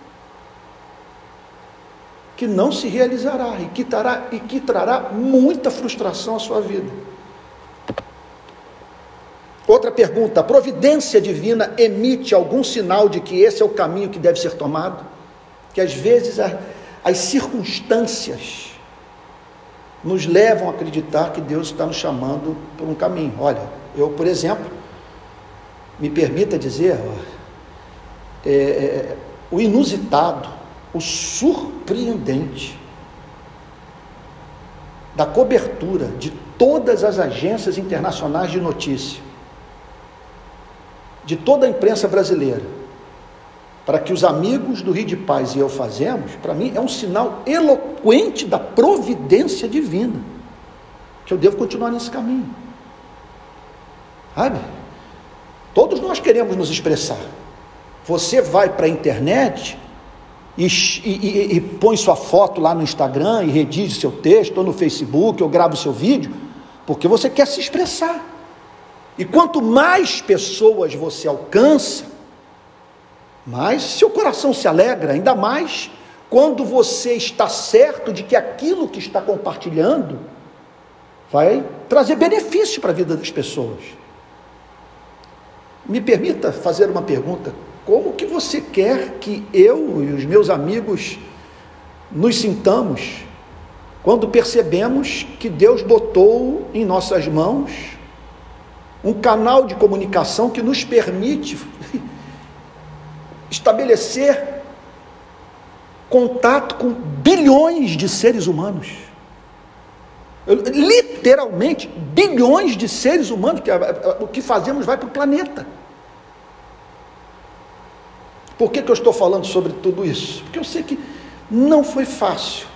que não se realizará e que trará, e que trará muita frustração à sua vida. Outra pergunta: a providência divina emite algum sinal de que esse é o caminho que deve ser tomado? Que às vezes a, as circunstâncias nos levam a acreditar que Deus está nos chamando por um caminho. Olha, eu, por exemplo, me permita dizer, é, é, o inusitado, o surpreendente da cobertura de todas as agências internacionais de notícia, de toda a imprensa brasileira, para que os amigos do Rio de Paz e eu fazemos, para mim é um sinal eloquente da providência divina, que eu devo continuar nesse caminho, sabe? Todos nós queremos nos expressar. Você vai para a internet e, e, e, e põe sua foto lá no Instagram e redige seu texto, ou no Facebook, ou grava o seu vídeo, porque você quer se expressar. E quanto mais pessoas você alcança, mais seu coração se alegra, ainda mais quando você está certo de que aquilo que está compartilhando vai trazer benefício para a vida das pessoas. Me permita fazer uma pergunta: como que você quer que eu e os meus amigos nos sintamos quando percebemos que Deus botou em nossas mãos um canal de comunicação que nos permite estabelecer contato com bilhões de seres humanos, literalmente bilhões de seres humanos, que o que fazemos vai para o planeta. Por que que eu estou falando sobre tudo isso? Porque eu sei que não foi fácil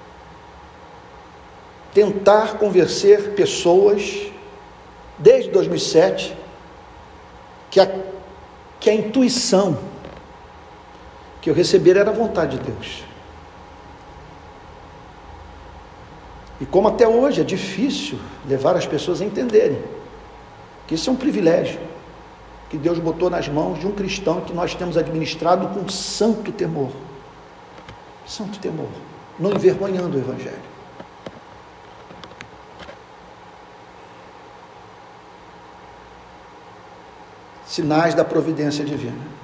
tentar convencer pessoas desde dois mil e sete que a, que a intuição que eu receber era a vontade de Deus. E como até hoje é difícil levar as pessoas a entenderem que isso é um privilégio que Deus botou nas mãos de um cristão, que nós temos administrado com santo temor, santo temor, não envergonhando o Evangelho. Sinais da providência divina.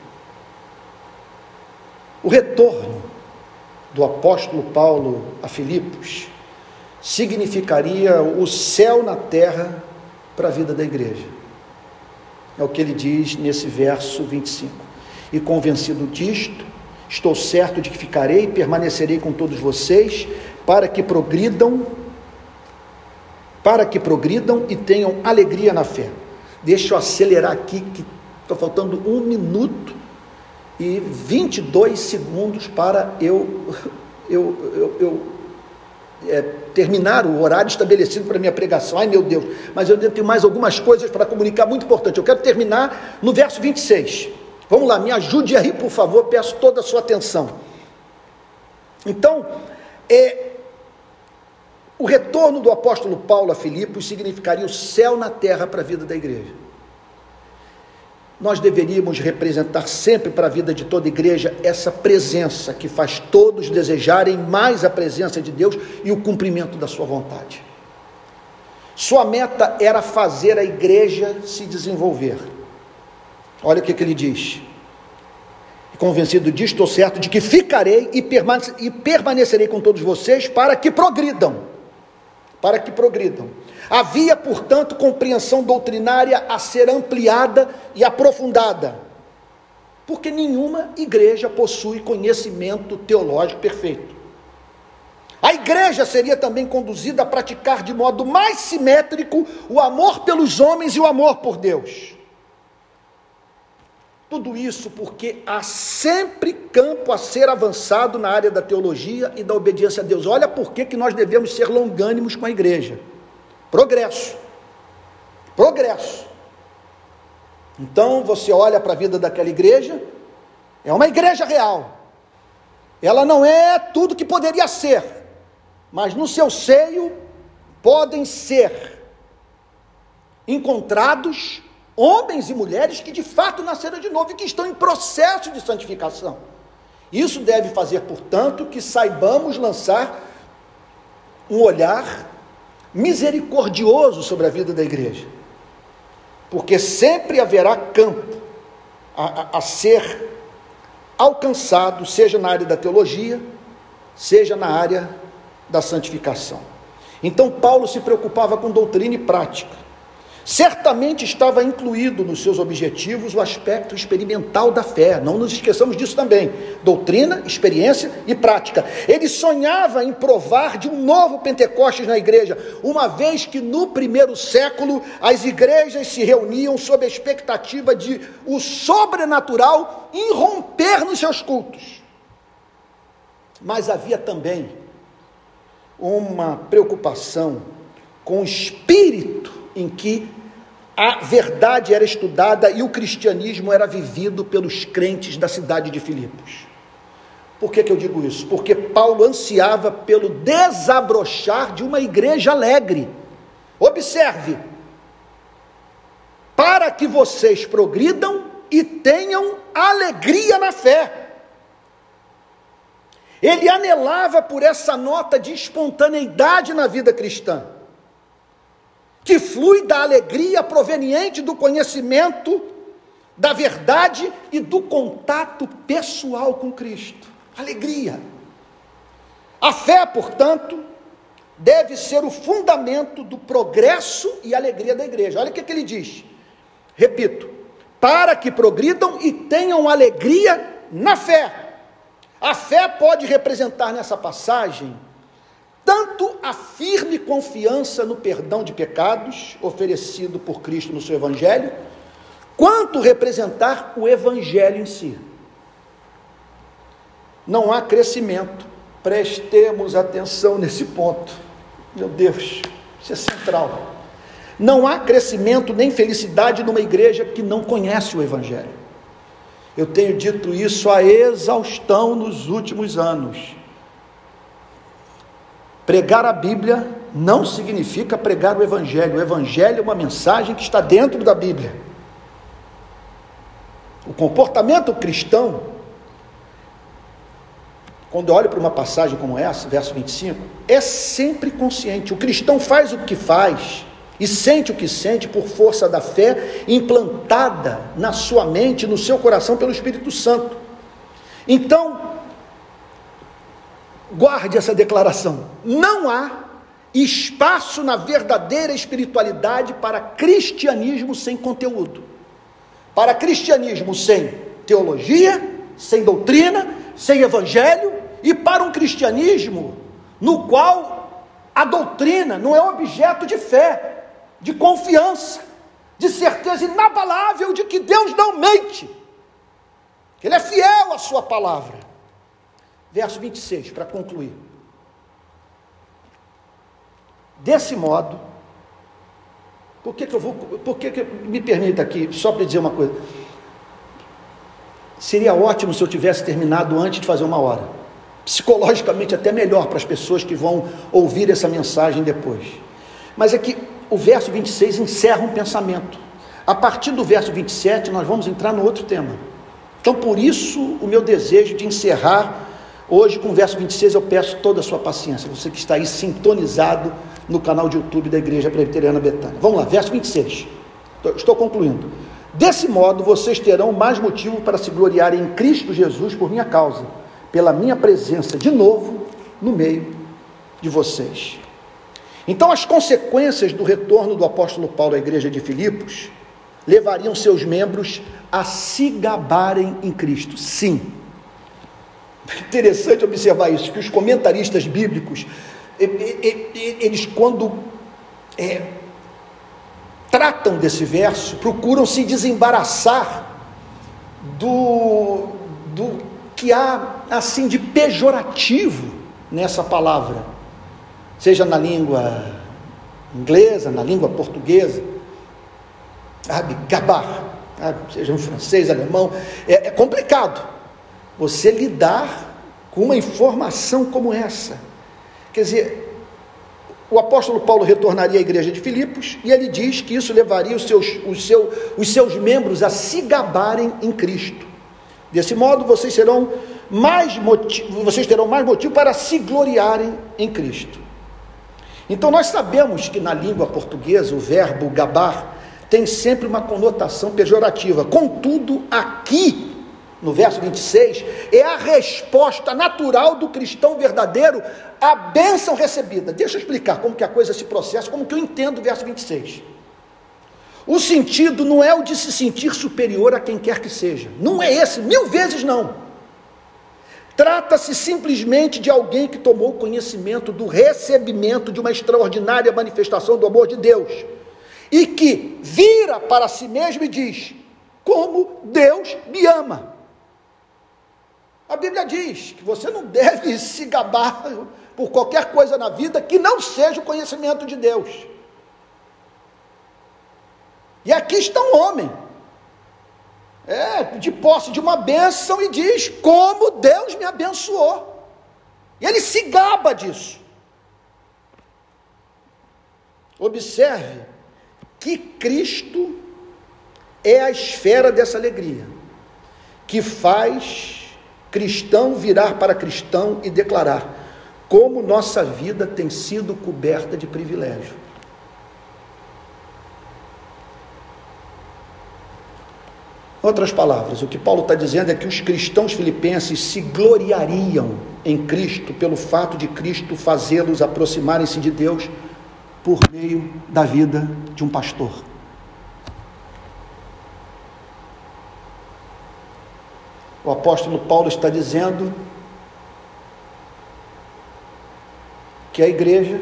O retorno do apóstolo Paulo a Filipos significaria o céu na terra para a vida da igreja. É o que ele diz nesse verso vinte e cinco. E convencido disto, estou certo de que ficarei e permanecerei com todos vocês, para que progridam, para que progridam e tenham alegria na fé. Deixa eu acelerar aqui, que está faltando um minuto e vinte e dois segundos para eu, eu, eu, eu é, terminar o horário estabelecido para a minha pregação. Ai meu Deus, mas eu tenho mais algumas coisas para comunicar muito importante. Eu quero terminar no verso vinte e seis. Vamos lá, me ajude aí, por favor, peço toda a sua atenção. Então, é, o retorno do apóstolo Paulo a Filipos significaria o céu na terra para a vida da igreja. Nós deveríamos representar sempre para a vida de toda igreja essa presença que faz todos desejarem mais a presença de Deus e o cumprimento da sua vontade. Sua meta era fazer a igreja se desenvolver. Olha o que, que ele diz: convencido disto, estou certo de que ficarei e, permane- e permanecerei com todos vocês para que progridam, para que progridam. Havia, portanto, compreensão doutrinária a ser ampliada e aprofundada, porque nenhuma igreja possui conhecimento teológico perfeito. A igreja seria também conduzida a praticar de modo mais simétrico o amor pelos homens e o amor por Deus. Tudo isso porque há sempre campo a ser avançado na área da teologia e da obediência a Deus. Olha por que que nós devemos ser longânimos com a igreja. Progresso. Progresso. Então você olha para a vida daquela igreja, é uma igreja real. Ela não é tudo que poderia ser, mas no seu seio podem ser encontrados homens e mulheres que de fato nasceram de novo e que estão em processo de santificação. Isso deve fazer, portanto, que saibamos lançar um olhar misericordioso sobre a vida da igreja, porque sempre haverá campo a, a, a ser alcançado, seja na área da teologia, seja na área da santificação. Então Paulo se preocupava com doutrina e prática. certamente estava incluído nos seus objetivos o aspecto experimental da fé. Não nos esqueçamos disso também. Doutrina, experiência e prática. Ele sonhava em provar de um novo Pentecostes na igreja, uma vez que no primeiro século as igrejas se reuniam sob a expectativa de o sobrenatural irromper nos seus cultos. Mas havia também uma preocupação com o espírito em que a verdade era estudada e o cristianismo era vivido pelos crentes da cidade de Filipos. Por que que eu digo isso? Porque Paulo ansiava pelo desabrochar de uma igreja alegre. Observe, para que vocês progridam e tenham alegria na fé. Ele anelava por essa nota de espontaneidade na vida cristã, que flui da alegria proveniente do conhecimento da verdade e do contato pessoal com Cristo. Alegria. A fé, portanto, deve ser o fundamento do progresso e alegria da igreja. Olha o que, que ele diz. Repito, para que progridam e tenham alegria na fé. A fé pode representar nessa passagem tanto a firme confiança no perdão de pecados oferecido por Cristo no seu Evangelho, quanto representar o Evangelho em si. Não há crescimento, prestemos atenção nesse ponto, meu Deus, isso é central. Não há crescimento nem felicidade numa igreja que não conhece o Evangelho. Eu tenho dito isso a exaustão nos últimos anos. Pregar a Bíblia não significa pregar o Evangelho. O Evangelho é uma mensagem que está dentro da Bíblia. O comportamento cristão, quando eu olho para uma passagem como essa, verso vinte e cinco, é sempre consciente. O cristão faz o que faz e sente o que sente por força da fé implantada na sua mente, no seu coração pelo Espírito Santo. Então, guarde essa declaração: não há espaço na verdadeira espiritualidade para cristianismo sem conteúdo, para cristianismo sem teologia, sem doutrina, sem evangelho, e para um cristianismo no qual a doutrina não é objeto de fé, de confiança, de certeza inabalável de que Deus não mente, que Ele é fiel à sua palavra. Verso vinte e seis, para concluir. Desse modo, por que que eu vou, por que que, me permita aqui, só para dizer uma coisa, seria ótimo se eu tivesse terminado antes de fazer uma hora, psicologicamente até melhor para as pessoas que vão ouvir essa mensagem depois, mas é que o verso vinte e seis encerra um pensamento. A partir do verso vinte e sete nós vamos entrar no outro tema. Então por isso o meu desejo de encerrar hoje com o verso vinte e seis, eu peço toda a sua paciência, você que está aí sintonizado no canal de YouTube da Igreja Presbiteriana Betânia. Vamos lá, verso vinte e seis, estou concluindo. Desse modo vocês terão mais motivo para se gloriarem em Cristo Jesus por minha causa, pela minha presença de novo no meio de vocês. Então as consequências do retorno do apóstolo Paulo à igreja de Filipos levariam seus membros a se gabarem em Cristo. Sim, interessante observar isso, que os comentaristas bíblicos, eles quando é, tratam desse verso, procuram se desembaraçar do, do que há assim de pejorativo nessa palavra, seja na língua inglesa, na língua portuguesa, sabe, gabar, sabe, seja em francês, alemão, é, é complicado você lidar com uma informação como essa. Quer dizer, o apóstolo Paulo retornaria à igreja de Filipos e ele diz que isso levaria os seus, os seu, os seus membros a se gabarem em Cristo. Desse modo, vocês serão mais motivo, vocês terão mais motivo para se gloriarem em Cristo. Então nós sabemos que na língua portuguesa o verbo gabar tem sempre uma conotação pejorativa. Contudo, aqui no verso vinte e seis, é a resposta natural do cristão verdadeiro à bênção recebida. Deixa eu explicar como que a coisa se processa, como que eu entendo o verso vinte e seis. O sentido não é o de se sentir superior a quem quer que seja. Não é esse, mil vezes não. Trata-se simplesmente de alguém que tomou conhecimento do recebimento de uma extraordinária manifestação do amor de Deus e que vira para si mesmo e diz: como Deus me ama. A Bíblia diz que você não deve se gabar por qualquer coisa na vida que não seja o conhecimento de Deus. E aqui está um homem, é, de posse de uma bênção, e diz: como Deus me abençoou. E ele se gaba disso. Observe que Cristo é a esfera dessa alegria, que faz cristão virar para cristão e declarar: como nossa vida tem sido coberta de privilégio. Em outras palavras, o que Paulo está dizendo é que os cristãos filipenses se gloriariam em Cristo pelo fato de Cristo fazê-los aproximarem-se de Deus por meio da vida de um pastor. O apóstolo Paulo está dizendo que a igreja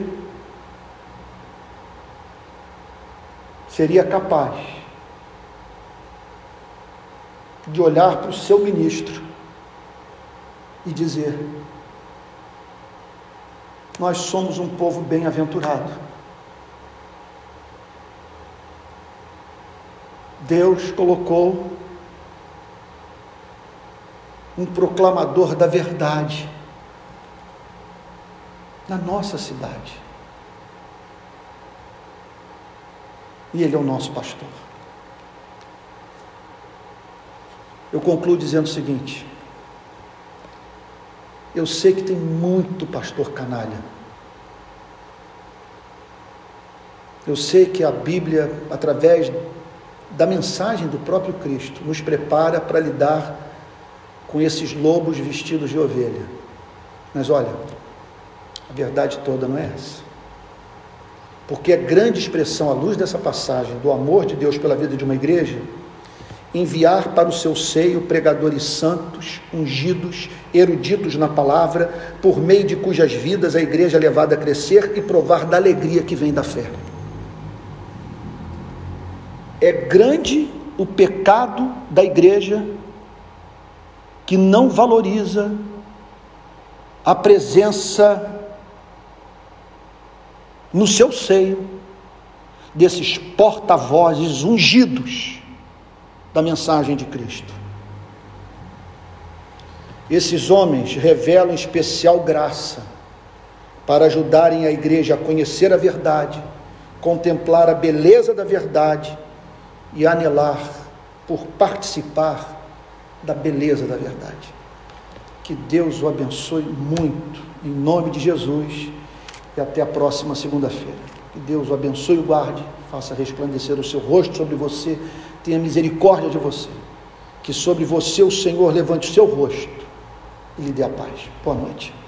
seria capaz de olhar para o seu ministro e dizer: nós somos um povo bem-aventurado. Deus colocou um proclamador da verdade na nossa cidade, e ele é o nosso pastor. Eu concluo dizendo o seguinte: eu sei que tem muito pastor canalha, eu sei que a Bíblia, através da mensagem do próprio Cristo, nos prepara para lidar com esses lobos vestidos de ovelha, mas olha, a verdade toda não é essa, porque a grande expressão, à luz dessa passagem, do amor de Deus pela vida de uma igreja, enviar para o seu seio pregadores santos, ungidos, eruditos na palavra, por meio de cujas vidas a igreja é levada a crescer e provar da alegria que vem da fé. É grande o pecado da igreja que não valoriza a presença no seu seio desses porta-vozes ungidos da mensagem de Cristo. Esses homens revelam especial graça para ajudarem a igreja a conhecer a verdade, contemplar a beleza da verdade e anelar por participar da beleza da verdade. Que Deus o abençoe muito, em nome de Jesus, e até a próxima segunda-feira. Que Deus o abençoe e o guarde, faça resplandecer o seu rosto sobre você, tenha misericórdia de você, que sobre você o Senhor levante o seu rosto e lhe dê a paz. Boa noite.